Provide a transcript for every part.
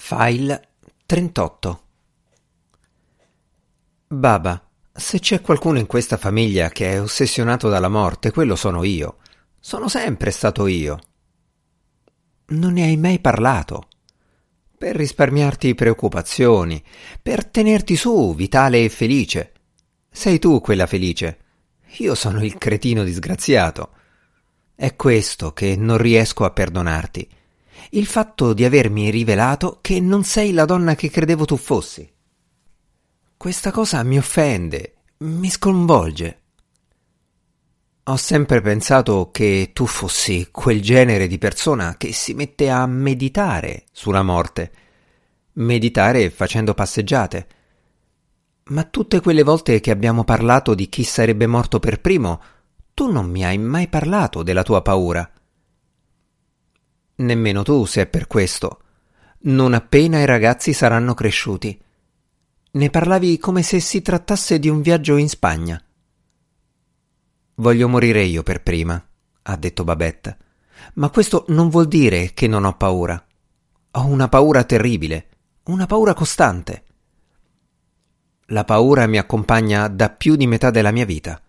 File 38. Baba, se c'è qualcuno in questa famiglia che è ossessionato dalla morte, quello sono io. Sono sempre stato io. Non ne hai mai parlato. Per risparmiarti preoccupazioni, per tenerti su, vitale e felice. Sei tu quella felice. Io sono il cretino disgraziato. È questo che non riesco a perdonarti. Il fatto di avermi rivelato che non sei la donna che credevo tu fossi. Questa cosa mi offende, mi sconvolge. Ho sempre pensato che tu fossi quel genere di persona che si mette a meditare sulla morte, meditare facendo passeggiate. Ma tutte quelle volte che abbiamo parlato di chi sarebbe morto per primo, tu non mi hai mai parlato della tua paura. Nemmeno tu, se è per questo. Non appena i ragazzi saranno cresciuti. Ne parlavi come se si trattasse di un viaggio in Spagna. Voglio morire io per prima, ha detto Babette. Ma questo non vuol dire che non ho paura. Ho una paura terribile, una paura costante. La paura mi accompagna da più di metà della mia vita.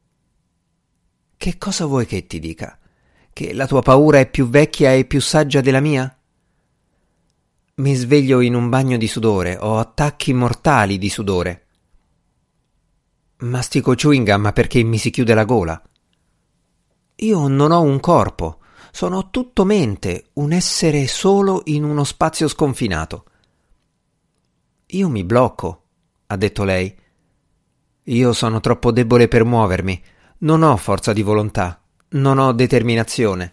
Che cosa vuoi che ti dica? Che la tua paura è più vecchia e più saggia della mia? Mi sveglio in un bagno di sudore, ho attacchi mortali di sudore. Mastico chewing gum perché mi si chiude la gola. Io non ho un corpo, sono tutto mente, un essere solo in uno spazio sconfinato. Io mi blocco, ha detto lei. Io sono troppo debole per muovermi, non ho forza di volontà. Non ho determinazione.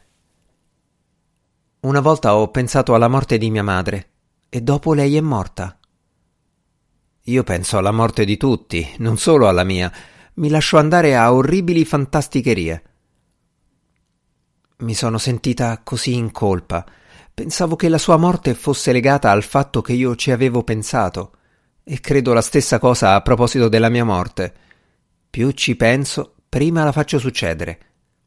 Una volta ho pensato alla morte di mia madre e dopo lei è morta. Io penso alla morte di tutti, non solo alla mia. Mi lascio andare a orribili fantasticherie. Mi sono sentita così in colpa. Pensavo che la sua morte fosse legata al fatto che io ci avevo pensato e credo la stessa cosa a proposito della mia morte. Più ci penso, prima la faccio succedere.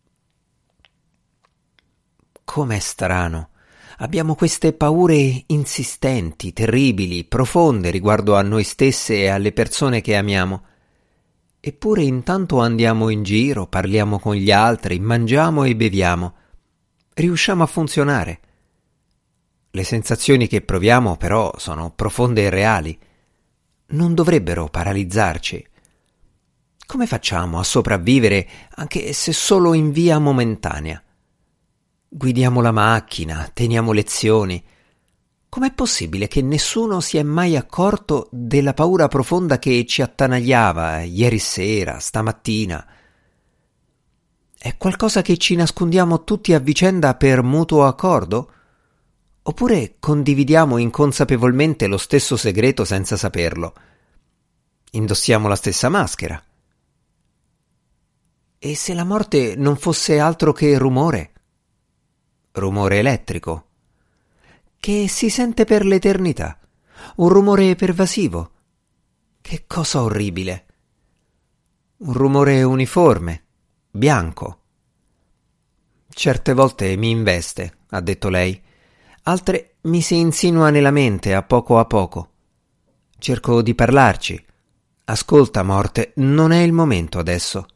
Com'è strano. Abbiamo queste paure insistenti, terribili, profonde riguardo a noi stesse e alle persone che amiamo. Eppure intanto andiamo in giro, parliamo con gli altri, mangiamo e beviamo. Riusciamo a funzionare. Le sensazioni che proviamo però sono profonde e reali. Non dovrebbero paralizzarci. Come facciamo a sopravvivere anche se solo in via momentanea? Guidiamo la macchina, teniamo lezioni. Com'è possibile che nessuno si è mai accorto della paura profonda che ci attanagliava ieri sera, stamattina? È qualcosa che ci nascondiamo tutti a vicenda per mutuo accordo? Oppure condividiamo inconsapevolmente lo stesso segreto senza saperlo? Indossiamo la stessa maschera? E se la morte non fosse altro che rumore? Rumore elettrico, che si sente per l'eternità, un rumore pervasivo. Che cosa orribile. Un rumore uniforme, bianco. Certe volte mi investe, ha detto lei, altre mi si insinua nella mente a poco. Cerco di parlarci. Ascolta, morte, non è il momento adesso.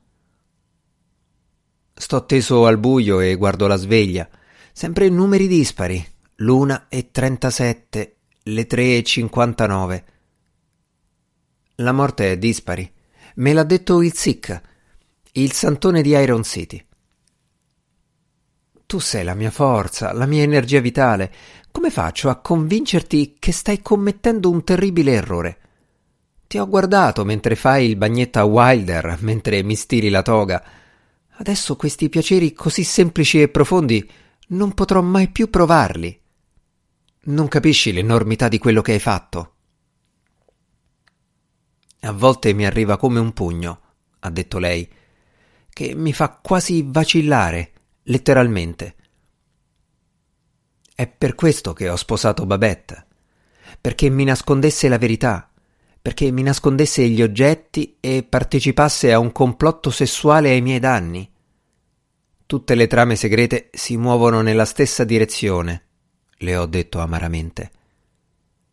Sto teso al buio e guardo la sveglia. Sempre numeri dispari, l'1:37, le 3:59. La morte è dispari. Me l'ha detto il SIC, il santone di Iron City. Tu sei la mia forza, la mia energia vitale. Come faccio a convincerti che stai commettendo un terribile errore? Ti ho guardato mentre fai il bagnetto a Wilder, mentre mi stiri la toga. Adesso questi piaceri così semplici e profondi non potrò mai più provarli. Non capisci l'enormità di quello che hai fatto. A volte mi arriva come un pugno, ha detto lei, che mi fa quasi vacillare, letteralmente. È per questo che ho sposato Babette, perché mi nascondesse la verità, perché mi nascondesse gli oggetti e partecipasse a un complotto sessuale ai miei danni. Tutte le trame segrete si muovono nella stessa direzione, le ho detto amaramente.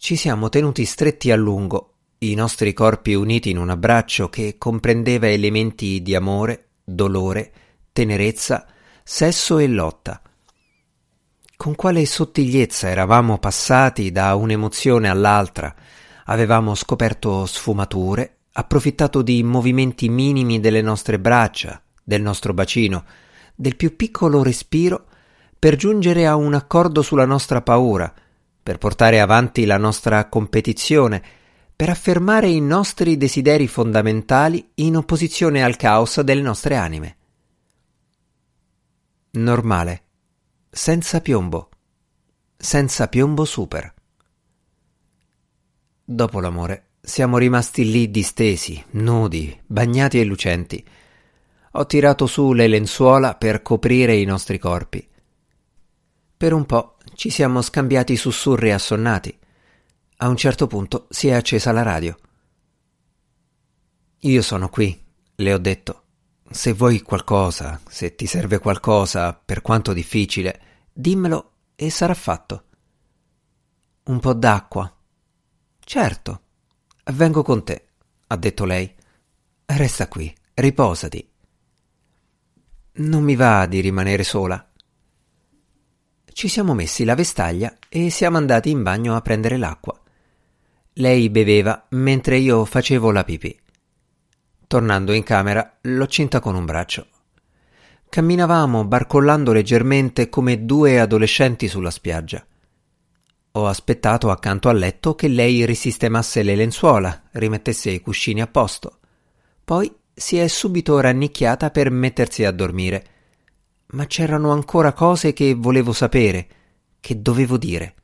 Ci siamo tenuti stretti a lungo, i nostri corpi uniti in un abbraccio che comprendeva elementi di amore, dolore, tenerezza, sesso e lotta. Con quale sottigliezza eravamo passati da un'emozione all'altra, avevamo scoperto sfumature, approfittato di movimenti minimi delle nostre braccia, del nostro bacino, del più piccolo respiro per giungere a un accordo sulla nostra paura, per portare avanti la nostra competizione, per affermare i nostri desideri fondamentali in opposizione al caos delle nostre anime. Normale, senza piombo super. Dopo l'amore siamo rimasti lì distesi, nudi, bagnati e lucenti. Ho tirato su le lenzuola per coprire i nostri corpi. Per un po' ci siamo scambiati sussurri assonnati. A un certo punto si è accesa la radio. Io sono qui, le ho detto. Se vuoi qualcosa, se ti serve qualcosa, per quanto difficile, dimmelo e sarà fatto. Un po' d'acqua? Certo, vengo con te, ha detto lei. Resta qui, riposati. Non mi va di rimanere sola. Ci siamo messi la vestaglia e siamo andati in bagno a prendere l'acqua. Lei beveva mentre io facevo la pipì. Tornando in camera, l'ho cinta con un braccio. Camminavamo barcollando leggermente come due adolescenti sulla spiaggia. Ho aspettato accanto al letto che lei risistemasse le lenzuola, rimettesse i cuscini a posto. Poi si è subito rannicchiata per mettersi a dormire. Ma c'erano ancora cose che volevo sapere, che dovevo dire.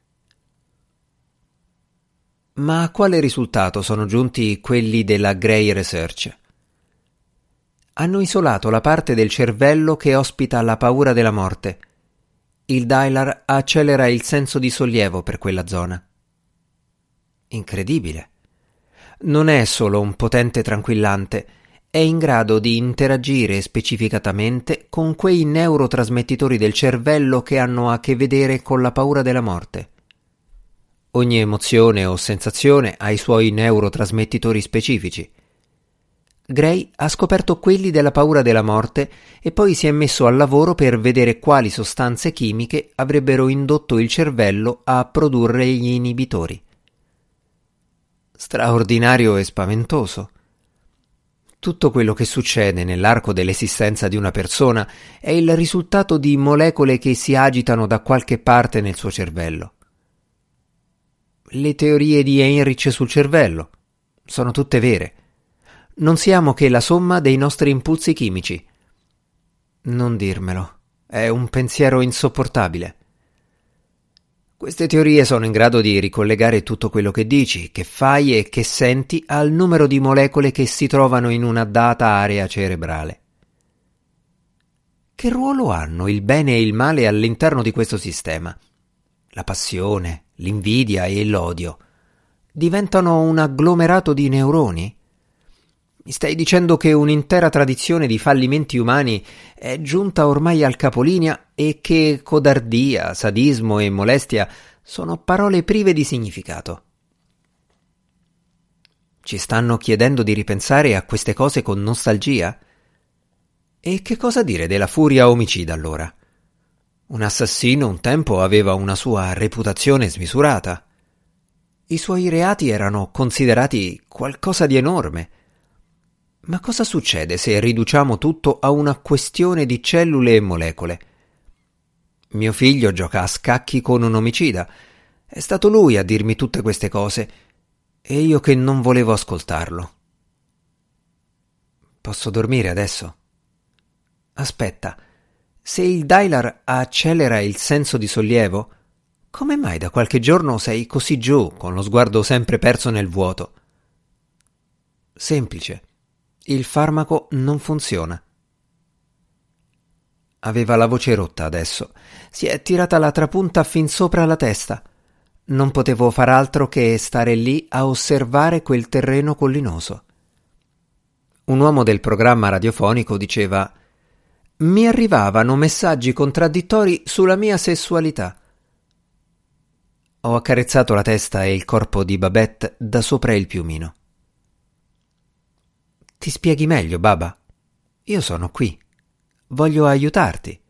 Ma a quale risultato sono giunti quelli della Gray Research? Hanno isolato la parte del cervello che ospita la paura della morte. Il Dialar accelera il senso di sollievo per quella zona. Incredibile. Non è solo un potente tranquillante, è in grado di interagire specificatamente con quei neurotrasmettitori del cervello che hanno a che vedere con la paura della morte. Ogni emozione o sensazione ha i suoi neurotrasmettitori specifici. Gray ha scoperto quelli della paura della morte e poi si è messo al lavoro per vedere quali sostanze chimiche avrebbero indotto il cervello a produrre gli inibitori. Straordinario e spaventoso. Tutto quello che succede nell'arco dell'esistenza di una persona è il risultato di molecole che si agitano da qualche parte nel suo cervello. Le teorie di Heinrich sul cervello sono tutte vere. Non siamo che la somma dei nostri impulsi chimici. Non dirmelo, è un pensiero insopportabile. Queste teorie sono in grado di ricollegare tutto quello che dici, che fai e che senti al numero di molecole che si trovano in una data area cerebrale. Che ruolo hanno il bene e il male all'interno di questo sistema? La passione, l'invidia e l'odio diventano un agglomerato di neuroni? Mi stai dicendo che un'intera tradizione di fallimenti umani è giunta ormai al capolinea e che codardia, sadismo e molestia sono parole prive di significato? Ci stanno chiedendo di ripensare a queste cose con nostalgia? E che cosa dire della furia omicida allora? Un assassino un tempo aveva una sua reputazione smisurata. I suoi reati erano considerati qualcosa di enorme. Ma cosa succede se riduciamo tutto a una questione di cellule e molecole? Mio figlio gioca a scacchi con un omicida. È stato lui a dirmi tutte queste cose, e io che non volevo ascoltarlo. Posso dormire adesso? Aspetta, se il Dialar accelera il senso di sollievo, come mai da qualche giorno sei così giù, con lo sguardo sempre perso nel vuoto? Semplice. Il farmaco non funziona. Aveva la voce rotta adesso. Si è tirata la trapunta fin sopra la testa. Non potevo far altro che stare lì a osservare quel terreno collinoso. Un uomo del programma radiofonico diceva: «Mi arrivavano messaggi contraddittori sulla mia sessualità». Ho accarezzato la testa e il corpo di Babette da sopra il piumino. Ti spieghi meglio, Baba? Io sono qui. Voglio aiutarti.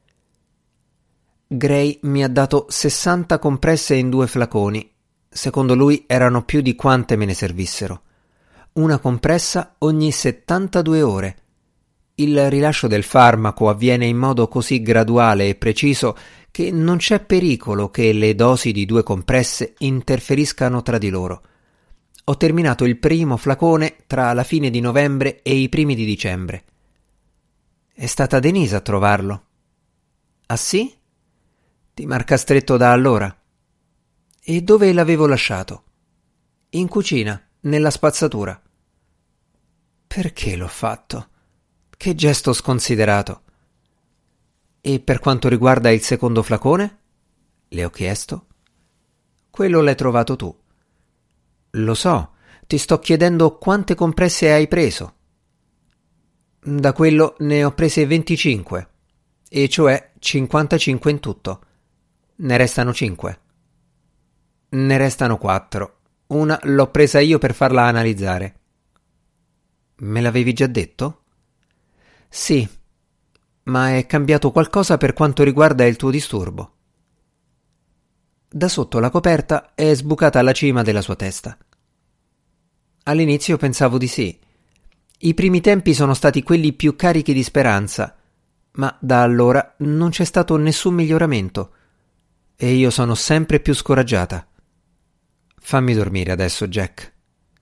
Gray mi ha dato 60 compresse in 2 flaconi. Secondo lui erano più di quante me ne servissero. Una compressa ogni 72 ore. Il rilascio del farmaco avviene in modo così graduale e preciso che non c'è pericolo che le dosi di 2 compresse interferiscano tra di loro. Ho terminato il primo flacone tra la fine di novembre e i primi di dicembre. È stata Denise a trovarlo. Ah sì? Ti marca stretto da allora? E dove l'avevo lasciato? In cucina, nella spazzatura. Perché l'ho fatto? Che gesto sconsiderato. E per quanto riguarda il secondo flacone? Le ho chiesto. Quello l'hai trovato tu. Lo so, ti sto chiedendo quante compresse hai preso. Da quello ne ho prese 25, e cioè 55 in tutto. Ne restano 5. Ne restano 4. Una l'ho presa io per farla analizzare. Me l'avevi già detto? Sì, ma è cambiato qualcosa per quanto riguarda il tuo disturbo. Da sotto la coperta è sbucata la cima della sua testa. All'inizio pensavo di sì. I primi tempi sono stati quelli più carichi di speranza, ma da allora non c'è stato nessun miglioramento e io sono sempre più scoraggiata. Fammi dormire adesso, Jack.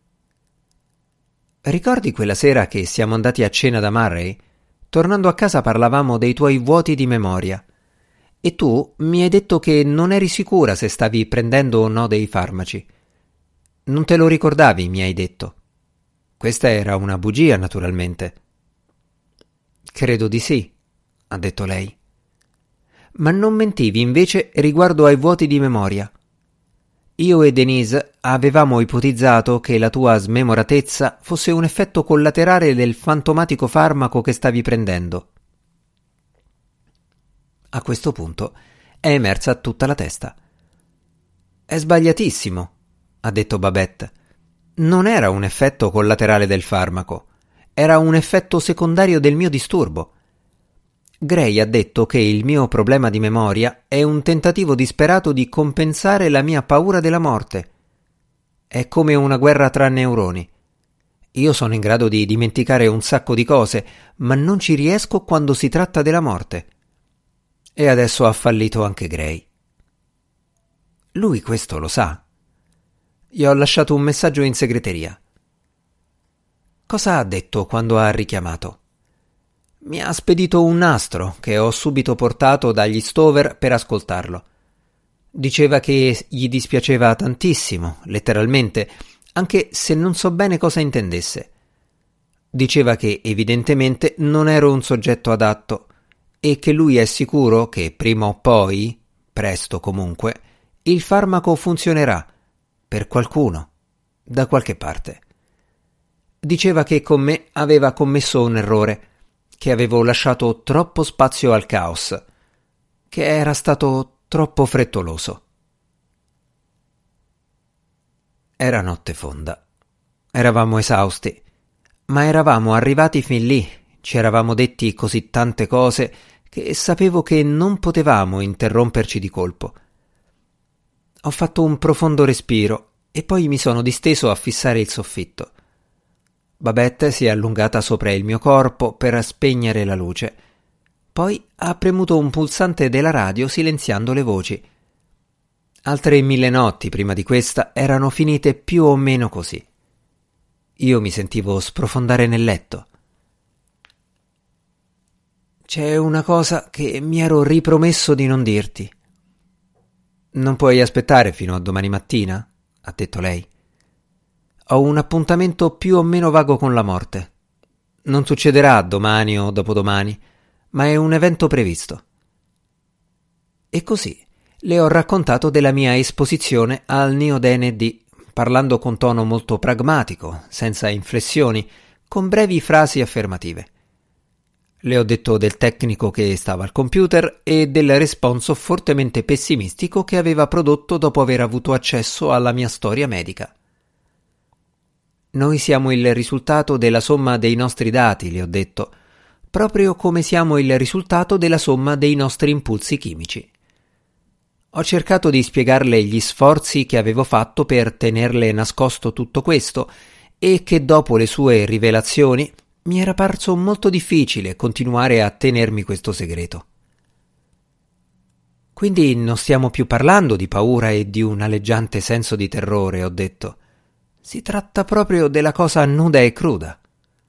Ricordi quella sera che siamo andati a cena da Murray? Tornando a casa parlavamo dei tuoi vuoti di memoria e tu mi hai detto che non eri sicura se stavi prendendo o no dei farmaci. Non te lo ricordavi, mi hai detto. Questa era una bugia, naturalmente. Credo di sì, ha detto lei. Ma non mentivi invece riguardo ai vuoti di memoria. Io e Denise avevamo ipotizzato che la tua smemoratezza fosse un effetto collaterale del fantomatico farmaco che stavi prendendo. A questo punto è emersa tutta la testa. È sbagliatissimo, ha detto Babette. Non era un effetto collaterale del farmaco, era un effetto secondario del mio disturbo. Gray ha detto che il mio problema di memoria è un tentativo disperato di compensare la mia paura della morte. È come una guerra tra neuroni. Io sono in grado di dimenticare un sacco di cose, ma non ci riesco quando si tratta della morte. E adesso ha fallito anche Gray. Lui questo lo sa. Gli ho lasciato un messaggio in segreteria. Cosa ha detto quando ha richiamato? Mi ha spedito un nastro che ho subito portato dagli Stover per ascoltarlo. Diceva che gli dispiaceva tantissimo, letteralmente, anche se non so bene cosa intendesse. Diceva che evidentemente non ero un soggetto adatto e che lui è sicuro che prima o poi, presto comunque, il farmaco funzionerà per qualcuno, da qualche parte. Diceva che con me aveva commesso un errore, che avevo lasciato troppo spazio al caos, che era stato troppo frettoloso. Era notte fonda. Eravamo esausti, ma eravamo arrivati fin lì, ci eravamo detti così tante cose che sapevo che non potevamo interromperci di colpo. Ho fatto un profondo respiro e poi mi sono disteso a fissare il soffitto. Babette si è allungata sopra il mio corpo per spegnere la luce. Poi ha premuto un pulsante della radio silenziando le voci. Altre 1000 notti prima di questa erano finite più o meno così. Io mi sentivo sprofondare nel letto. C'è una cosa che mi ero ripromesso di non dirti. Non puoi aspettare fino a domani mattina? Ha detto lei. Ho un appuntamento più o meno vago con la morte. Non succederà domani o dopodomani, ma è un evento previsto. E così le ho raccontato della mia esposizione al Neodene D, parlando con tono molto pragmatico, senza inflessioni, con brevi frasi affermative. Le ho detto del tecnico che stava al computer e del responso fortemente pessimistico che aveva prodotto dopo aver avuto accesso alla mia storia medica. Noi siamo il risultato della somma dei nostri dati, le ho detto, proprio come siamo il risultato della somma dei nostri impulsi chimici. Ho cercato di spiegarle gli sforzi che avevo fatto per tenerle nascosto tutto questo e che dopo le sue rivelazioni mi era parso molto difficile continuare a tenermi questo segreto. Quindi non stiamo più parlando di paura e di un aleggiante senso di terrore, ho detto. Si tratta proprio della cosa nuda e cruda.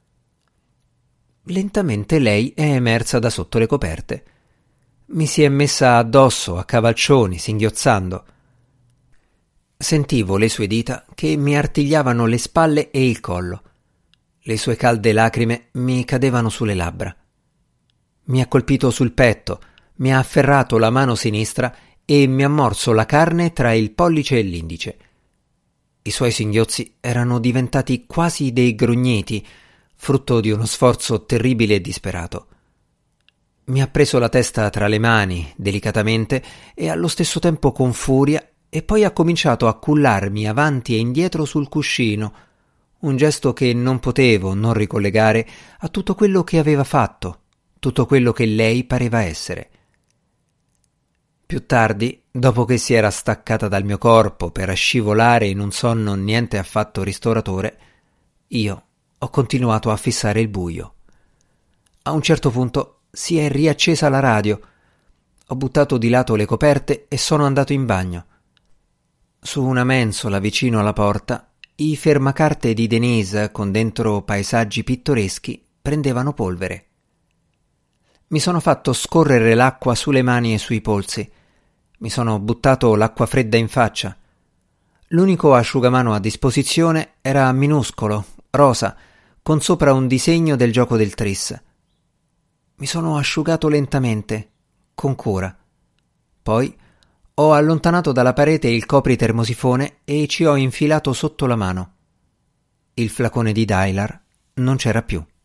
Lentamente lei è emersa da sotto le coperte. Mi si è messa addosso a cavalcioni, singhiozzando. Sentivo le sue dita che mi artigliavano le spalle e il collo. Le sue calde lacrime mi cadevano sulle labbra. Mi ha colpito sul petto, mi ha afferrato la mano sinistra e mi ha morso la carne tra il pollice e l'indice. I suoi singhiozzi erano diventati quasi dei grugniti, frutto di uno sforzo terribile e disperato. Mi ha preso la testa tra le mani, delicatamente, e allo stesso tempo con furia, e poi ha cominciato a cullarmi avanti e indietro sul cuscino, un gesto che non potevo non ricollegare a tutto quello che aveva fatto, tutto quello che lei pareva essere. Più tardi, dopo che si era staccata dal mio corpo per scivolare in un sonno niente affatto ristoratore, io ho continuato a fissare il buio. A un certo punto si è riaccesa la radio. Ho buttato di lato le coperte e sono andato in bagno. Su una mensola vicino alla porta i fermacarte di Denise, con dentro paesaggi pittoreschi, prendevano polvere. Mi sono fatto scorrere l'acqua sulle mani e sui polsi. Mi sono buttato l'acqua fredda in faccia. L'unico asciugamano a disposizione era minuscolo, rosa, con sopra un disegno del gioco del tris. Mi sono asciugato lentamente, con cura. Poi ho allontanato dalla parete il copritermosifone e ci ho infilato sotto la mano. Il flacone di Dylar non c'era più.